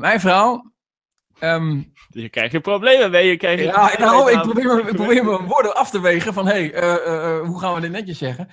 Mijn vrouw... Je krijgt geen problemen mee. Ik probeer mijn woorden af te wegen van... hoe gaan we dit netjes zeggen?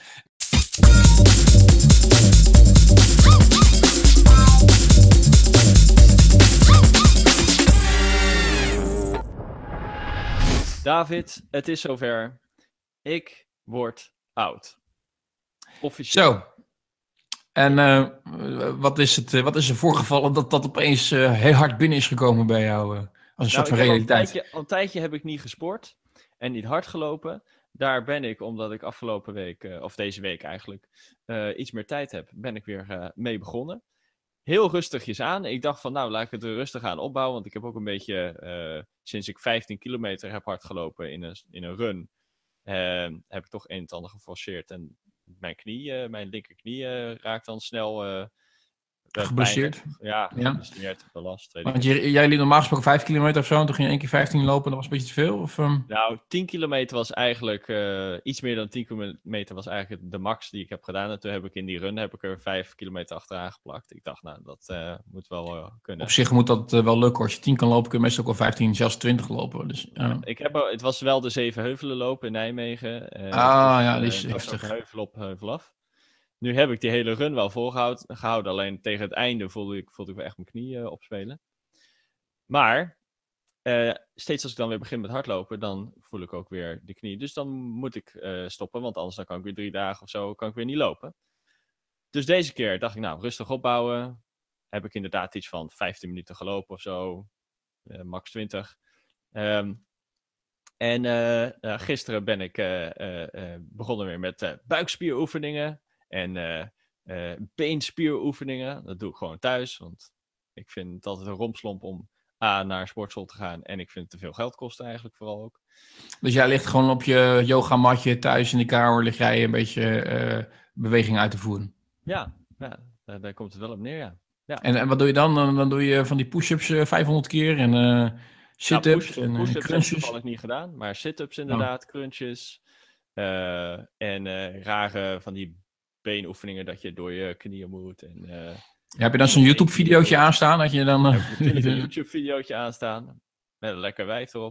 David, het is zover. Ik word oud. Officieel. Zo. En wat is er voorgevallen dat opeens heel hard binnen is gekomen bij jou? Als een soort van realiteit. Al een tijdje heb ik niet gesport en niet hard gelopen. Daar ben ik, omdat ik afgelopen week, of deze week eigenlijk, iets meer tijd heb, ben ik weer mee begonnen. Heel rustigjes aan. Ik dacht van, nou, laat ik het rustig aan opbouwen. Want ik heb ook een beetje, sinds ik 15 kilometer heb hard gelopen in een run, heb ik toch een en ander geforceerd. En mijn linkerknie raakt dan snel... geblesseerd? Ja, geblesseerd, belast. Want jij liep normaal gesproken 5 kilometer of zo, en toen ging je 1 keer 15 lopen, dat was een beetje te veel? Of, Nou, 10 kilometer was eigenlijk, iets meer dan 10 kilometer was eigenlijk de max die ik heb gedaan. En toen heb ik in die run er 5 kilometer achteraan geplakt. Ik dacht, nou, dat moet wel kunnen. Op zich moet dat wel lukken. Als je 10 kan lopen, kun je meestal ook wel 15, zelfs 20 lopen. Dus, het was wel de 7 heuvelen lopen in Nijmegen. Die is heftig. Heuvel op, heuvel af. Nu heb ik die hele run wel volgehouden. Alleen tegen het einde voelde ik wel echt mijn knie opspelen. Maar steeds als ik dan weer begin met hardlopen, dan voel ik ook weer de knie. Dus dan moet ik stoppen, want anders dan kan ik weer 3 dagen of zo kan ik weer niet lopen. Dus deze keer dacht ik, nou, rustig opbouwen. Heb ik inderdaad iets van 15 minuten gelopen of zo. Max 20. Gisteren ben ik begonnen weer met buikspieroefeningen. En beenspieroefeningen, dat doe ik gewoon thuis. Want ik vind het altijd een rompslomp om naar een sportschool te gaan. En ik vind het te veel geld kosten eigenlijk vooral ook. Dus jij ligt gewoon op je yogamatje thuis in de kamer. Lig jij een beetje beweging uit te voeren? Ja, daar komt het wel op neer, ja. En wat doe je dan? Dan doe je van die push-ups 500 keer en sit-ups en push-ups crunches? heb ik toevallig niet gedaan. Maar sit-ups inderdaad, crunches. En rare van die beenoefeningen dat je door je knieën moet. Heb je dan zo'n YouTube-videootje aanstaan? Dat je dan, heb ik natuurlijk een YouTube-videootje aanstaan. Met een lekker wijf erop.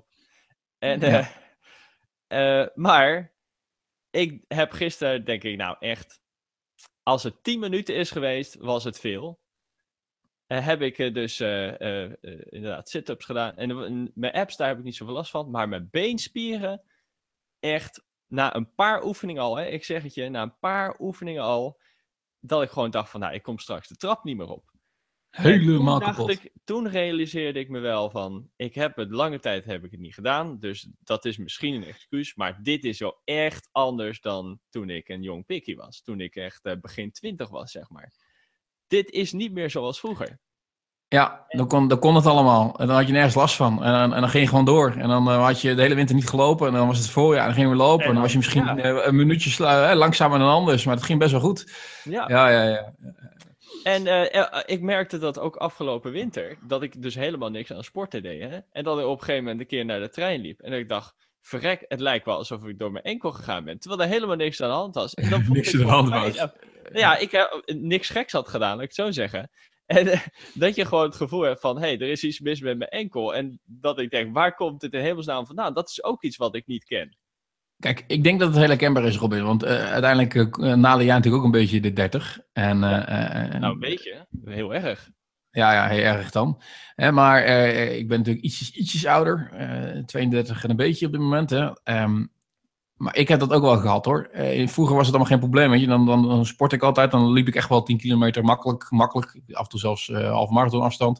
Maar ik heb gisteren, denk ik, nou echt, als het 10 minuten is geweest, was het veel. Heb ik dus inderdaad sit-ups gedaan. En mijn abs, daar heb ik niet zoveel last van. Maar mijn beenspieren, echt... Na een paar oefeningen al, ik zeg het je, na een paar oefeningen al, dat ik gewoon dacht van, nou, ik kom straks de trap niet meer op. Helemaal kapot. Toen realiseerde ik me wel van, lange tijd heb ik het niet gedaan, dus dat is misschien een excuus, maar dit is wel echt anders dan toen ik een jong pikkie was. Toen ik echt begin 20 was, zeg maar. Dit is niet meer zoals vroeger. Ja, dan kon het allemaal. En dan had je nergens last van. En dan ging je gewoon door. En dan had je de hele winter niet gelopen. En dan was het voorjaar. En dan ging je weer lopen. En dan was je misschien een minuutje langzamer dan anders. Maar het ging best wel goed. Ja. En ik merkte dat ook afgelopen winter. Dat ik dus helemaal niks aan sporten deed. Hè? En dat ik op een gegeven moment een keer naar de trein liep. En dat ik dacht, verrek, het lijkt wel alsof ik door mijn enkel gegaan ben. Terwijl er helemaal niks aan de hand was. En dan niks aan de hand was. Ja, ik heb niks geks had gedaan, laat ik het zo zeggen. En dat je gewoon het gevoel hebt van, er is iets mis met mijn enkel. En dat ik denk, waar komt dit in hemelsnaam vandaan? Dat is ook iets wat ik niet ken. Kijk, ik denk dat het heel herkenbaar is, Robin. Want uiteindelijk nader jij natuurlijk ook een beetje de 30. Nou, een beetje. Heel erg. Ja, heel erg dan. Maar ik ben natuurlijk ietsjes ouder. 32 en een beetje op dit moment. Maar ik heb dat ook wel gehad, hoor. Vroeger was het allemaal geen probleem. Weet je. Dan sport ik altijd. Dan liep ik echt wel 10 kilometer makkelijk. Af en toe zelfs half marathon afstand.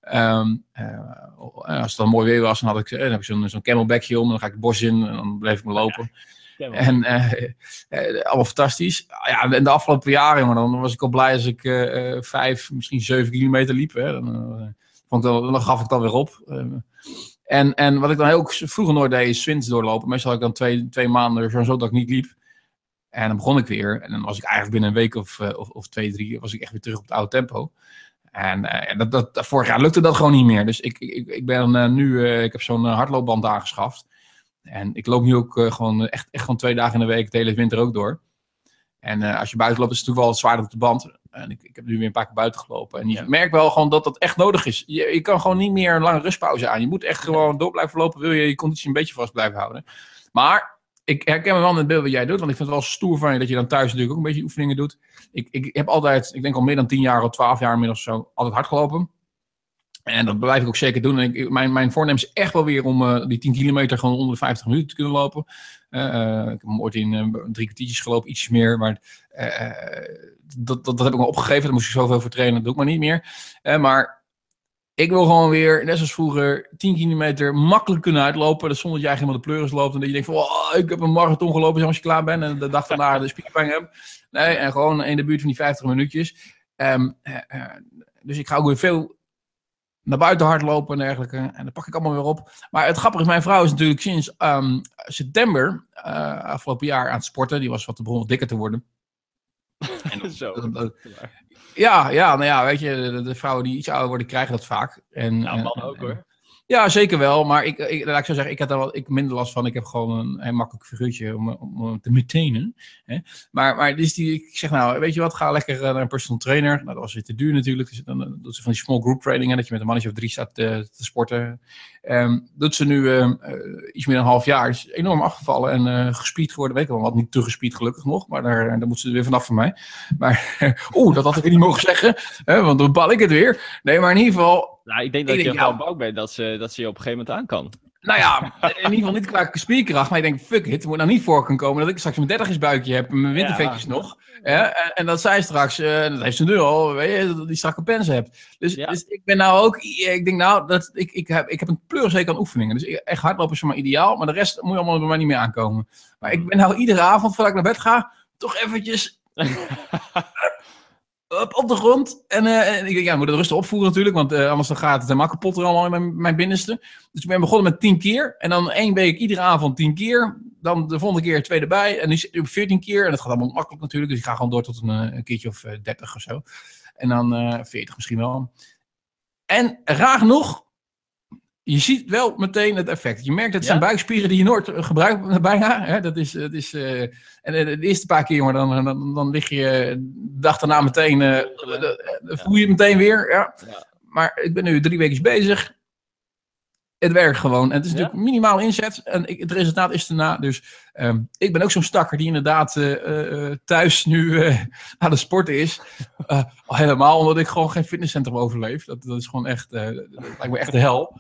Als het dan mooi weer was, dan heb ik zo'n camelbackje om. En dan ga ik het bos in en dan bleef ik me lopen. Ja, allemaal fantastisch. Ja, en de afgelopen jaren, maar dan was ik al blij als ik 5, misschien 7 kilometer liep. Hè. Dan gaf ik dan weer op. En wat ik dan heel vroeger nooit deed, is sprints doorlopen. Meestal had ik dan 2 maanden zo dat ik niet liep. En dan begon ik weer. En dan was ik eigenlijk binnen een week of 2, 3, was ik echt weer terug op het oude tempo. En vorig jaar lukte dat gewoon niet meer. Dus ik ben nu, ik heb zo'n hardloopband aangeschaft. En ik loop nu ook gewoon echt gewoon 2 dagen in de week, de hele winter ook door. En als je buiten loopt, is het natuurlijk wel wat zwaarder op de band. En ik heb nu weer een paar keer buiten gelopen. En je merkt wel gewoon dat dat echt nodig is. Je kan gewoon niet meer een lange rustpauze aan. Je moet echt gewoon door blijven lopen, wil je conditie een beetje vast blijven houden. Maar ik herken me wel in het beeld wat jij doet, want ik vind het wel stoer van je dat je dan thuis natuurlijk ook een beetje oefeningen doet. Ik heb altijd, ik denk al meer dan 10 jaar of 12 jaar inmiddels zo, altijd hard gelopen. En dat blijf ik ook zeker doen. En mijn voornemen is echt wel weer om die 10 kilometer gewoon onder de 50 minuten te kunnen lopen. Ik heb hem ooit in 3 kwartiertjes gelopen, ietsjes meer. Maar dat heb ik me opgegeven. Daar moest ik zoveel voor trainen, dat doe ik maar niet meer. Maar ik wil gewoon weer, net zoals vroeger, 10 kilometer makkelijk kunnen uitlopen. Dat zonder dat jij helemaal de pleuris loopt. En dat je denkt van, oh, ik heb een marathon gelopen als je klaar bent. En de dag daarna de spierpijn heb. Nee, en gewoon in de buurt van die 50 minuutjes. Dus ik ga ook weer veel naar buiten hardlopen en dergelijke. En dat pak ik allemaal weer op. Maar het grappige is, mijn vrouw is natuurlijk sinds september afgelopen jaar aan het sporten. Die was begon wat dikker te worden. En Zo. Ja, nou ja, weet je, de vrouwen die iets ouder worden, krijgen dat vaak. En, man ook hoor. Ja, zeker wel. Maar laat ik zo zeggen, ik heb daar wel minder last van. Ik heb gewoon een heel makkelijk figuurtje om te maintainen. Hè. Maar dus ik zeg nou, weet je wat, ga lekker naar een personal trainer. Nou, dat was weer te duur natuurlijk. Dus dan doet ze van die small group training, dat je met een mannetje of 3 staat te sporten. Doet ze nu iets meer dan een half jaar. Is enorm afgevallen en gespied geworden. Weet ik wel, wat niet te gespied gelukkig nog. Maar daar moet ze er weer vanaf van mij. Maar dat had ik weer niet mogen zeggen. Want dan bepaal ik het weer. Nee, maar in ieder geval. Nou, ik denk dat je gewoon bang bent dat ze je op een gegeven moment aan kan. Nou ja, in ieder geval niet qua spierkracht. Maar ik denk, fuck it, het moet nou niet voor kunnen komen dat ik straks mijn 30's buikje heb en mijn wintervetjes nog. En dat zij straks, dat heeft ze nu al, weet je, die strakke pens hebt. Dus ik ben nou ook, ik denk nou, dat ik heb een pleurishekel aan oefeningen. Dus echt hardlopen is voor mij ideaal, maar de rest moet je allemaal bij mij niet meer aankomen. Maar ik ben nou iedere avond, voordat ik naar bed ga, toch eventjes op de grond. En ik denk, ik moet het rustig opvoeren natuurlijk, want anders dan gaat het helemaal kapot er allemaal in mijn binnenste. Dus ik ben begonnen met 10 keer. En dan 1 week iedere avond 10 keer. Dan de volgende keer 2 erbij. En nu zit ik op 14 keer. En dat gaat allemaal makkelijk natuurlijk. Dus ik ga gewoon door tot een keertje of 30 of zo. En dan 40 misschien wel. En raar genoeg, je ziet wel meteen het effect. Je merkt dat het zijn buikspieren die je nooit gebruikt bijna. Hè? Dat is, en de eerste paar keer, jongen, dan lig je de dag daarna meteen, voel je het meteen weer. Ja. Maar ik ben nu 3 weken bezig. Het werkt gewoon. En het is natuurlijk minimaal inzet. En het resultaat is erna. Dus ik ben ook zo'n stakker die inderdaad thuis nu aan de sporten is. Al helemaal omdat ik gewoon geen fitnesscentrum overleef. Dat is gewoon echt, dat lijkt me echt de hel.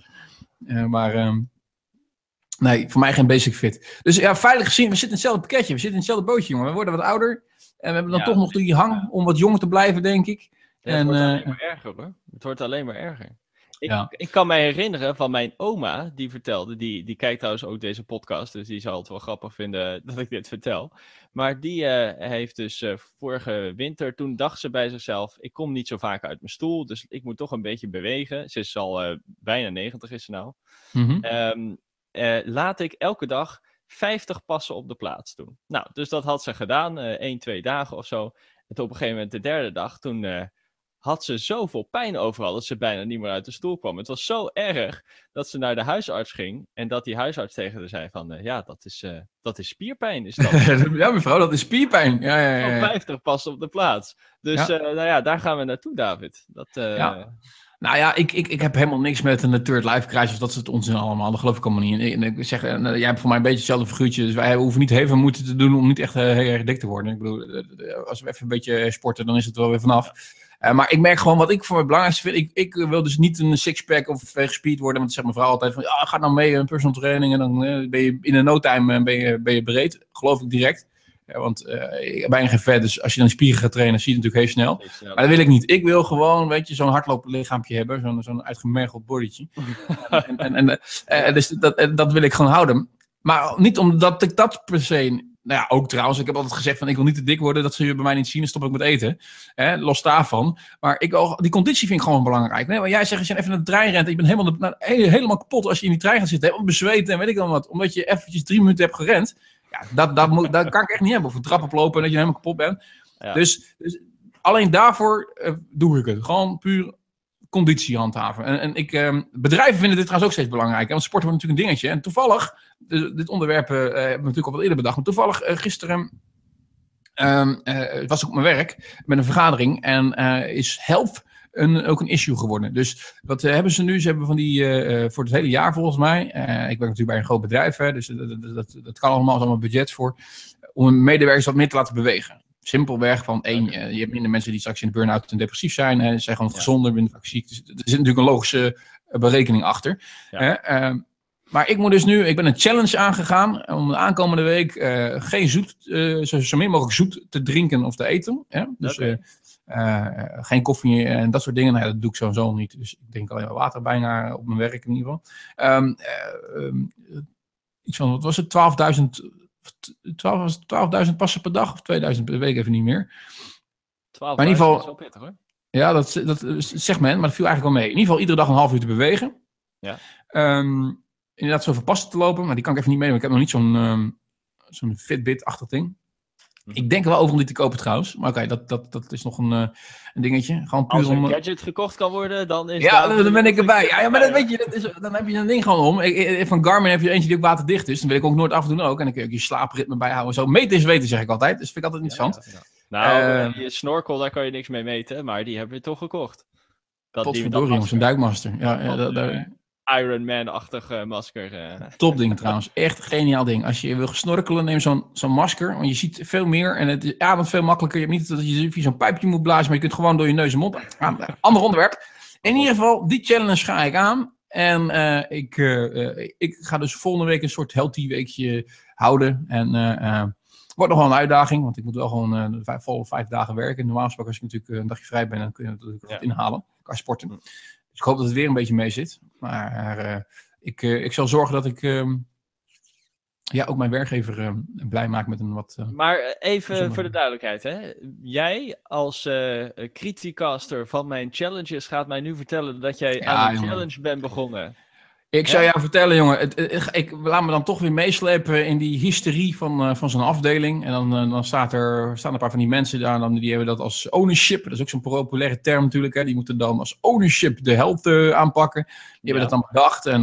Nee, voor mij geen basic fit. Dus ja, veilig gezien, we zitten in hetzelfde pakketje. We zitten in hetzelfde bootje, jongen. We worden wat ouder. En we hebben dan toch nog die hang om wat jonger te blijven, denk ik. Ja, het wordt alleen maar erger, hoor. Het wordt alleen maar erger. Ik kan mij herinneren van mijn oma, die vertelde, die kijkt trouwens ook deze podcast, dus die zal het wel grappig vinden dat ik dit vertel. Maar die heeft dus vorige winter, toen dacht ze bij zichzelf, ik kom niet zo vaak uit mijn stoel, dus ik moet toch een beetje bewegen. Ze is al bijna 90 is ze nou. Mm-hmm. Laat ik elke dag 50 passen op de plaats doen. Nou, dus dat had ze gedaan, 1-2 dagen of zo. En toen op een gegeven moment de derde dag, toen had ze zoveel pijn overal dat ze bijna niet meer uit de stoel kwam. Het was zo erg dat ze naar de huisarts ging en dat die huisarts tegen haar zei van, dat is spierpijn. Is dat? Ja, mevrouw, dat is spierpijn. Ja. 50 passen op de plaats. Dus daar gaan we naartoe, David. Nou ja, ik heb helemaal niks met een third life crisis. Dat is het onzin allemaal. Dat geloof ik allemaal niet. En ik zeg, jij hebt voor mij een beetje hetzelfde figuurtje. Dus wij hoeven niet heel veel moeite te doen om niet echt heel erg dik te worden. Ik bedoel, als we even een beetje sporten, dan is het er wel weer vanaf. Maar ik merk gewoon wat ik voor het belangrijkste vind. Ik wil dus niet een sixpack of gespeed worden. Want zegt mijn vrouw altijd van, ga nou mee een personal training. En dan ben je in een no time ben je breed. Geloof ik direct. Ja, want ik heb bijna geen vet, dus als je dan spieren gaat trainen, zie je het natuurlijk heel snel. Maar dat wil ik niet. Ik wil gewoon, weet je, zo'n hardlopen lichaampje hebben, zo'n uitgemergeld bodytje. Dus dat wil ik gewoon houden. Maar niet omdat ik dat per se, nou ja, ook trouwens, ik heb altijd gezegd van ik wil niet te dik worden, dat zul je bij mij niet zien, dan stop ik met eten. Los daarvan. Maar die conditie vind ik gewoon belangrijk. Nee, maar jij zegt als je even naar de trein rent en je bent helemaal kapot als je in die trein gaat zitten, helemaal bezweet en weet ik dan wat, omdat je eventjes 3 minuten hebt gerend. Ja, dat kan ik echt niet hebben. Of een trap oplopen en dat je helemaal kapot bent. Ja. Dus alleen daarvoor doe ik het. Gewoon puur conditie handhaven. En bedrijven vinden dit trouwens ook steeds belangrijk. Want sport wordt natuurlijk een dingetje. En toevallig, dit onderwerp hebben we natuurlijk al wat eerder bedacht. Maar toevallig gisteren Het was ook op mijn werk met een vergadering en is health ook een issue geworden. Dus wat hebben ze nu? Ze hebben van die voor het hele jaar volgens mij. Ik werk natuurlijk bij een groot bedrijf, hè, dus dat kan allemaal, is allemaal budget voor. Om medewerkers wat meer te laten bewegen. Simpelweg van je hebt minder mensen die straks in de burn-out en depressief zijn. Ze zijn gewoon gezonder, minder vaak ziek. Dus er zit natuurlijk een logische berekening achter. Ja. Maar ik ben een challenge aangegaan om de aankomende week geen zoet, zo min mogelijk zoet te drinken of te eten. Ja? Dus geen koffie en dat soort dingen. Nou, dat doe ik sowieso niet. Dus ik drink alleen maar water bijna op mijn werk in ieder geval. Iets van, wat was het? 12.000 passen per dag of 2.000 per week, even niet meer. 12.000 maar in ieder geval, is wel pittig hoor. Ja, dat zegt men, maar dat viel eigenlijk wel mee. In ieder geval iedere dag een half uur te bewegen. Ja. Inderdaad zoveel passen te lopen, maar die kan ik even niet mee. Ik heb nog niet zo'n Fitbit-achtig ding. Ik denk er wel over om die te kopen trouwens. Maar oké, dat is nog een dingetje. Gewoon puur als een gadget gekocht kan worden, dan is dan ben ik erbij. Ja, maar dat weet je, dan heb je een ding gewoon om. Van Garmin heb je eentje die ook waterdicht is. Dan wil ik ook nooit afdoen ook. En dan kun je ook je slaapritme bijhouden. Zo meten is weten, zeg ik altijd. Dus vind ik altijd interessant. Nou, je snorkel, daar kan je niks mee meten. Maar die hebben we toch gekocht. Potverdorie, jongens, een duikmaster. Iron Man-achtig masker. Top ding trouwens. Echt een geniaal ding. Als je wil snorkelen, neem zo'n masker. Want je ziet veel meer en het ademt veel makkelijker. Je hebt niet dat je via zo'n pijpje moet blazen, maar je kunt gewoon door je neus en mond. Ander onderwerp. In ieder geval, die challenge ga ik aan. En ik ga dus volgende week een soort healthy weekje houden. En wordt nog wel een uitdaging, want ik moet wel gewoon volle 5 dagen werken. Normaal gesproken, als ik natuurlijk een dagje vrij ben, dan kun je natuurlijk wat inhalen qua sporten. Dus ik hoop dat het weer een beetje mee zit. Maar ik zal zorgen dat ik ook mijn werkgever blij maak met een wat... maar even voor de duidelijkheid, hè. Jij als criticaster van mijn challenges gaat mij nu vertellen dat jij aan een challenge bent begonnen. Ik zou jou vertellen, jongen. Ik laat me dan toch weer meeslepen in die hysterie van zo'n afdeling. En dan staan een paar van die mensen daar. Die hebben dat als ownership. Dat is ook zo'n populaire term natuurlijk. Hè. Die moeten dan als ownership de health aanpakken. Die hebben dat dan bedacht. En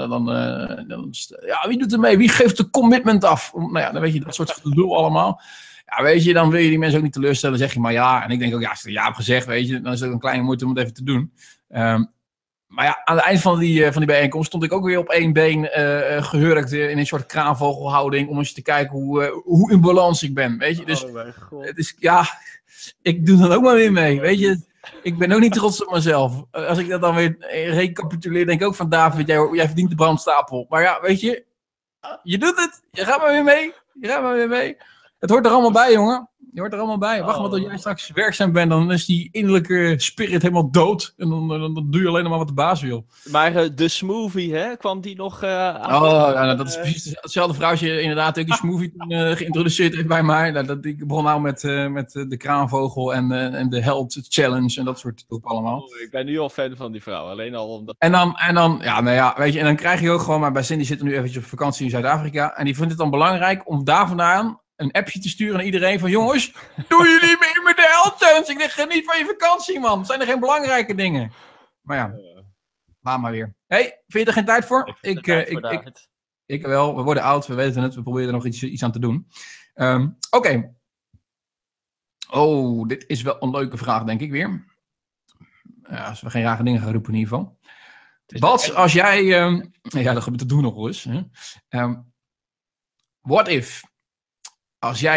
wie doet er mee? Wie geeft de commitment af? Dan weet je, dat soort lul allemaal. Ja, weet je, dan wil je die mensen ook niet teleurstellen. Dan zeg je maar ja. En ik denk ook, als je ja hebt gezegd, weet je, dan is het ook een kleine moeite om het even te doen. Maar ja, aan het eind van die bijeenkomst stond ik ook weer op één been gehurkt in een soort kraanvogelhouding. Om eens te kijken hoe in balans ik ben, weet je. Dus het is, ik doe dan ook maar weer mee, weet je. Ik ben ook niet trots op mezelf. Als ik dat dan weer recapituleer, denk ik ook van David, jij verdient de brandstapel. Maar ja, weet je, je doet het. Je gaat maar weer mee. Het hoort er allemaal bij, jongen. Je hoort er allemaal bij. Wacht maar tot jij straks werkzaam bent. Dan is die innerlijke spirit helemaal dood. En dan doe je alleen nog maar wat de baas wil. Maar de smoothie, hè? Kwam die nog dat is precies hetzelfde vrouwtje. Inderdaad, ook die smoothie geïntroduceerd heeft bij mij. Ik begon nou met de kraanvogel en de health challenge. En dat soort troep allemaal. Ik ben nu al fan van die vrouw. Alleen al omdat... En dan, weet je. En dan krijg je ook gewoon... Maar bij Cindy zit nu eventjes op vakantie in Zuid-Afrika. En die vindt het dan belangrijk om daar vandaan een appje te sturen aan iedereen van jongens, doe jullie mee met de health challenge? Ik denk, geniet van je vakantie, man. Zijn er geen belangrijke dingen? Maar ja, laat maar weer. Hey, vind je er geen tijd voor? Ik wel. We worden oud, we weten het. We proberen er nog iets aan te doen. Oké. Oh, dit is wel een leuke vraag, denk ik weer. Als we geen rare dingen gaan roepen in ieder geval. Wat als jij... dat doen we nog wel eens. What if... Als jij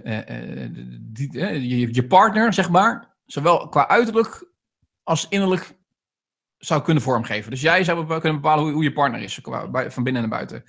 je partner, zeg maar, zowel qua uiterlijk als innerlijk zou kunnen vormgeven. Dus jij zou kunnen bepalen hoe je partner is, van binnen en naar buiten.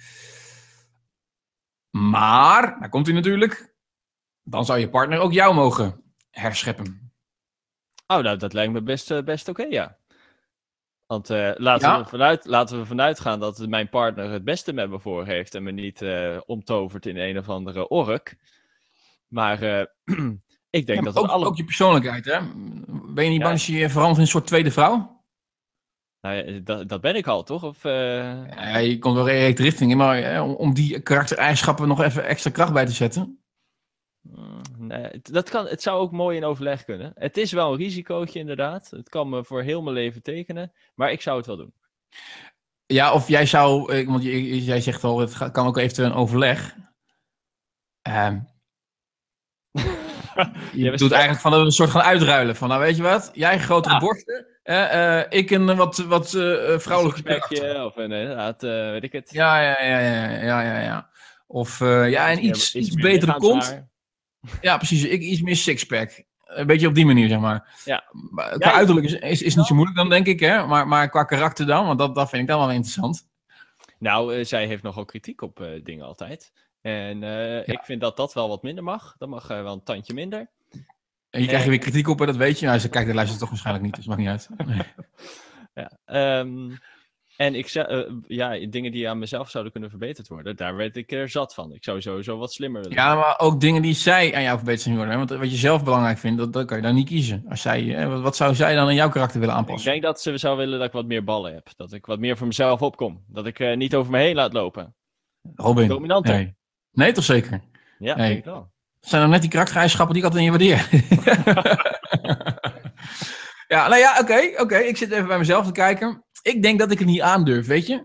Maar, daar komt hij natuurlijk, dan zou je partner ook jou mogen herscheppen. Oh, nou, dat lijkt me best oké, ja. Want laten we vanuit gaan dat mijn partner het beste met me voor heeft en me niet omtovert in een of andere ork. Maar ik denk dat ook je persoonlijkheid, hè? Ben je niet bang als je verandert in een soort tweede vrouw? Nou ja, dat ben ik al, toch? Of, je komt wel redelijk de richting in, maar om die karaktereigenschappen nog even extra kracht bij te zetten. Nee, het zou ook mooi in overleg kunnen. Het is wel een risicootje inderdaad. Het kan me voor heel mijn leven tekenen. Maar ik zou het wel doen. Ja, of jij zou... Want jij zegt al, het kan ook eventueel een overleg. Je doet eigenlijk van een soort gaan uitruilen. Van, nou weet je wat? Jij grotere borsten. Ik een wat vrouwelijke karakter. Of inderdaad, weet ik het. Ja. Of een iets betere kont. Ja, precies. Ik iets meer sixpack. Een beetje op die manier, zeg maar. Ja. Qua uiterlijk is niet zo moeilijk dan, denk ik. Hè? Maar qua karakter dan, want dat vind ik dan wel interessant. Nou, zij heeft nogal kritiek op dingen altijd. En ik vind dat wel wat minder mag. Dat mag wel een tandje minder. En je krijgt er weer kritiek op, en dat weet je. Nou, ze kijkt de luistert toch waarschijnlijk niet, dus dat maakt niet uit. Nee. Ja, en dingen die aan mezelf zouden kunnen verbeterd worden, daar werd ik er zat van. Ik zou sowieso wat slimmer willen. Ja, maar ook dingen die zij aan jou verbeterd zijn worden. Want wat je zelf belangrijk vindt, dat kan je dan niet kiezen. Als zij, wat zou zij dan in jouw karakter willen aanpassen? Ik denk dat ze zou willen dat ik wat meer ballen heb. Dat ik wat meer voor mezelf opkom. Dat ik niet over me heen laat lopen. Robin. Dominanter. Nee, toch zeker? Ja, denk ik wel. Zijn er net die karaktereigenschappen die ik altijd in je waardeer? Ja, nou ja, oké. Ik zit even bij mezelf te kijken. Ik denk dat ik het niet aandurf, weet je?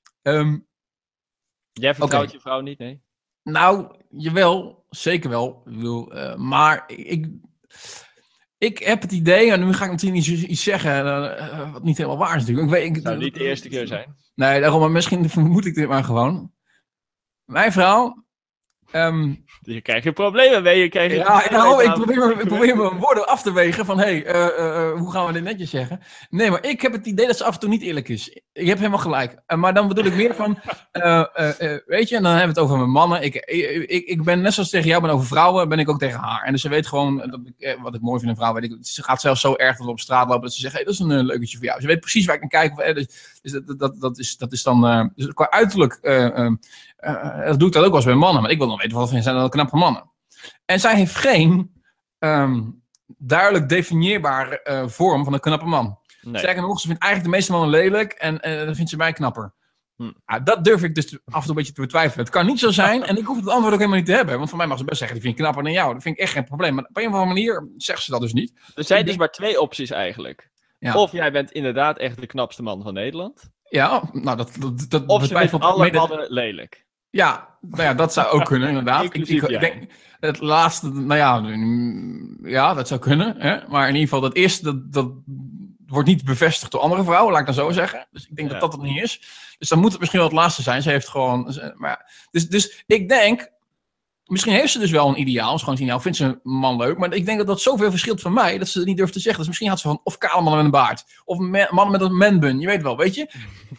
Jij vertrouwt je vrouw niet, nee? Nou, jawel. Zeker wel. Ik bedoel, maar ik heb het idee, en nu ga ik natuurlijk iets zeggen wat niet helemaal waar is natuurlijk. Het zou niet de eerste keer zijn. Nee, daarom, maar misschien vermoed ik dit maar gewoon. Mijn vrouw... Je krijgt geen problemen mee. Ik probeer mijn woorden af te wegen van, hoe gaan we dit netjes zeggen? Nee, maar ik heb het idee dat ze af en toe niet eerlijk is. Je hebt helemaal gelijk. Maar dan bedoel ik meer van, weet je, en dan hebben we het over mijn mannen. Ik ben net zoals tegen jou ben over vrouwen, ben ik ook tegen haar. En dus ze weet gewoon, wat ik mooi vind in vrouwen, weet ik, ze gaat zelfs zo erg dat we op straat lopen dat ze zegt, dat is een leuketje voor jou. Ze weet precies waar ik naar kijk. Dus dat is dan, dus qua uiterlijk... dat doe ik dat ook wel eens bij mannen. Maar ik wil nog weten, wat zijn dat knappe mannen? En zij heeft geen duidelijk definieerbare vorm van een knappe man. Nee. Sterker nog, ze vindt eigenlijk de meeste mannen lelijk. En dan vindt ze mij knapper. Dat durf ik dus af en toe een beetje te betwijfelen. Het kan niet zo zijn. En ik hoef het antwoord ook helemaal niet te hebben. Want voor mij mag ze best zeggen, die vind ik knapper dan jou. Dat vind ik echt geen probleem. Maar op een of andere manier zegt ze dat dus niet. Er zijn dus maar 2 opties eigenlijk. Ja. Of jij bent inderdaad echt de knapste man van Nederland. Ja, nou dat of ze vindt alle mannen lelijk. Ja, nou ja, dat zou ook kunnen, inderdaad. Ik denk, het laatste, ja, dat zou kunnen. Hè? Maar in ieder geval, dat eerste, dat wordt niet bevestigd door andere vrouwen, laat ik dan zo zeggen. Dus ik denk dat het niet is. Dus dan moet het misschien wel het laatste zijn. Ze heeft gewoon... Maar ja. Dus ik denk... Misschien heeft ze dus wel een ideaal. Gewoon een ideaal. Vindt ze een man leuk. Maar ik denk dat dat zoveel verschilt van mij. Dat ze het niet durft te zeggen. Dus misschien had ze van... Of kale mannen met een baard. Of mannen met een manbun. Je weet wel, weet je?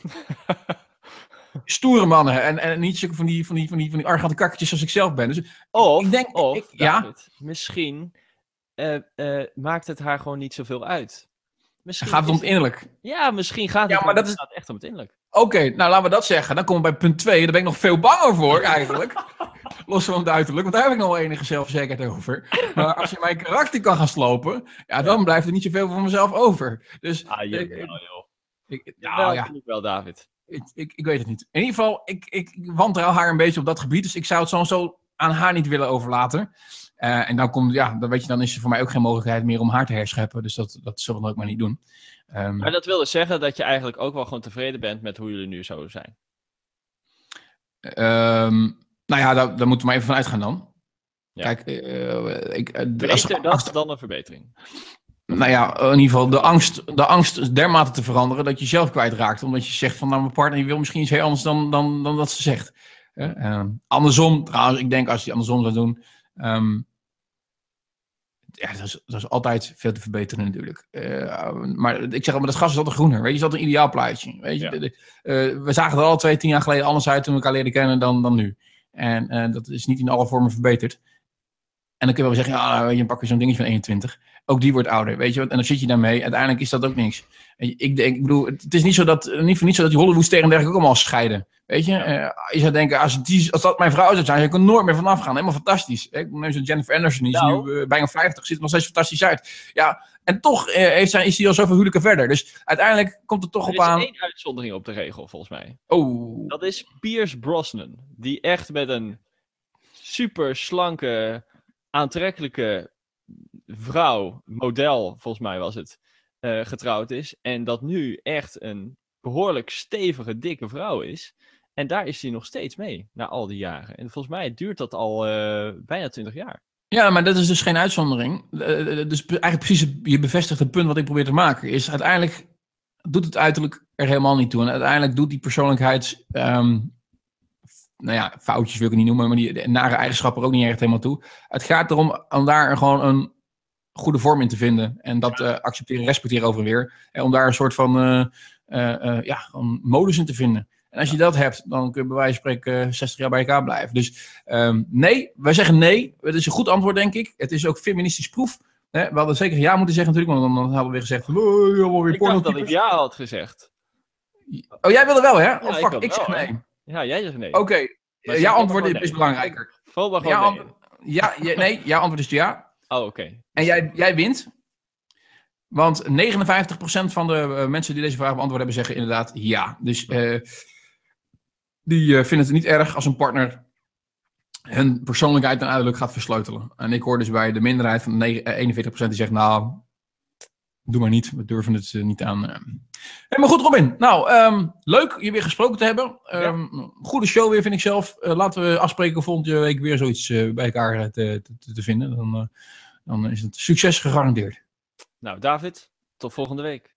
Stoere mannen. En niet zulke van die arrogante kakkertjes zoals ik zelf ben. Dus ik denk... David, misschien maakt het haar gewoon niet zoveel uit. Misschien gaat het om het innerlijk. Ja, misschien gaat het echt om het innerlijk. Oké, nou laten we dat zeggen. Dan komen we bij punt 2. Daar ben ik nog veel banger voor, eigenlijk. Los van het uiterlijk, want daar heb ik nog wel enige zelfverzekerdheid over. Maar als je mijn karakter kan gaan slopen, dan blijft er niet zoveel van mezelf over. Dus, joh. Ik wel, David. Ik weet het niet. In ieder geval, ik wantrouw haar een beetje op dat gebied. Dus ik zou het zo aan haar niet willen overlaten. En dan weet je, dan is er voor mij ook geen mogelijkheid meer om haar te herscheppen. Dus dat zullen we ook maar niet doen. Maar dat wil dus zeggen dat je eigenlijk ook wel gewoon tevreden bent met hoe jullie nu zo zijn. Nou ja, daar moeten we maar even van uitgaan dan. Ja. Kijk, dat is dan een verbetering. Nou ja, in ieder geval de angst dermate te veranderen dat je zelf kwijtraakt. Omdat je zegt van, nou, mijn partner wil misschien iets heel anders dan dat ze zegt. Andersom, trouwens, ik denk als je het andersom zou doen... dat is altijd veel te verbeteren natuurlijk. Maar ik zeg maar, dat gras is altijd groener. Weet je, is altijd een ideaal plaatje. Weet je? We zagen er alle 10 jaar geleden anders uit toen we elkaar leren kennen dan nu. En dat is niet in alle vormen verbeterd. En dan kun je wel zeggen, weet je, dan pak je zo'n dingetje van 21. Ook die wordt ouder, weet je wat? En dan zit je daarmee. Uiteindelijk is dat ook niks. Ik bedoel, het is niet zo dat die Hollywoodsterren en dergelijke ook allemaal scheiden. Weet je? Je zou denken, als dat mijn vrouw zou zijn, zou ik er nooit meer vanaf gaan. Helemaal fantastisch. Ik neem zo'n Jennifer Anderson, die is nu bijna 50, ziet er nog steeds fantastisch uit. Ja, en toch is hij al zoveel huwelijken verder. Dus uiteindelijk komt het toch op aan... Er is 1 uitzondering op de regel, volgens mij. Oh. Dat is Pierce Brosnan. Die echt met een super slanke, aantrekkelijke vrouw, model, volgens mij was het, getrouwd is. En dat nu echt een behoorlijk stevige, dikke vrouw is. En daar is hij nog steeds mee, na al die jaren. En volgens mij duurt dat al bijna 20 jaar. Ja, maar dat is dus geen uitzondering. Dus eigenlijk precies je bevestigt het punt wat ik probeer te maken. Is uiteindelijk doet het uiterlijk er helemaal niet toe. En uiteindelijk doet die persoonlijkheids... foutjes wil ik het niet noemen, maar die nare eigenschappen er ook niet echt helemaal toe. Het gaat erom om daar gewoon een goede vorm in te vinden. En dat accepteren, respecteren over en weer. En om daar een soort van gewoon modus in te vinden. En als je dat hebt, dan kun je bij wijze van spreken 60 jaar bij elkaar blijven. Dus nee, wij zeggen nee. Het is een goed antwoord, denk ik. Het is ook feministisch proef. We hadden zeker ja moeten zeggen natuurlijk, want dan hadden we weer gezegd... Ik dacht dat ik ja had gezegd. Oh, jij wilde wel, hè? Ja, Oh, fuck, ik zeg nee. Hè? Ja, jij zegt nee. Oké, jouw antwoord is belangrijker. Vul maar gewoon nee. Jouw antwoord is ja. Oh, oké. En jij wint. Want 59% van de mensen die deze vraag beantwoord hebben, zeggen inderdaad ja. Dus die vinden het niet erg als een partner hun persoonlijkheid en uiterlijk gaat versleutelen. En ik hoor dus bij de minderheid van 41% die zegt, nou, doe maar niet. We durven het niet aan. Maar goed, Robin. Nou, leuk je weer gesproken te hebben. Goede show weer, vind ik zelf. Laten we afspreken volgende week weer zoiets bij elkaar te vinden. Dan is het succes gegarandeerd. Nou, David, tot volgende week.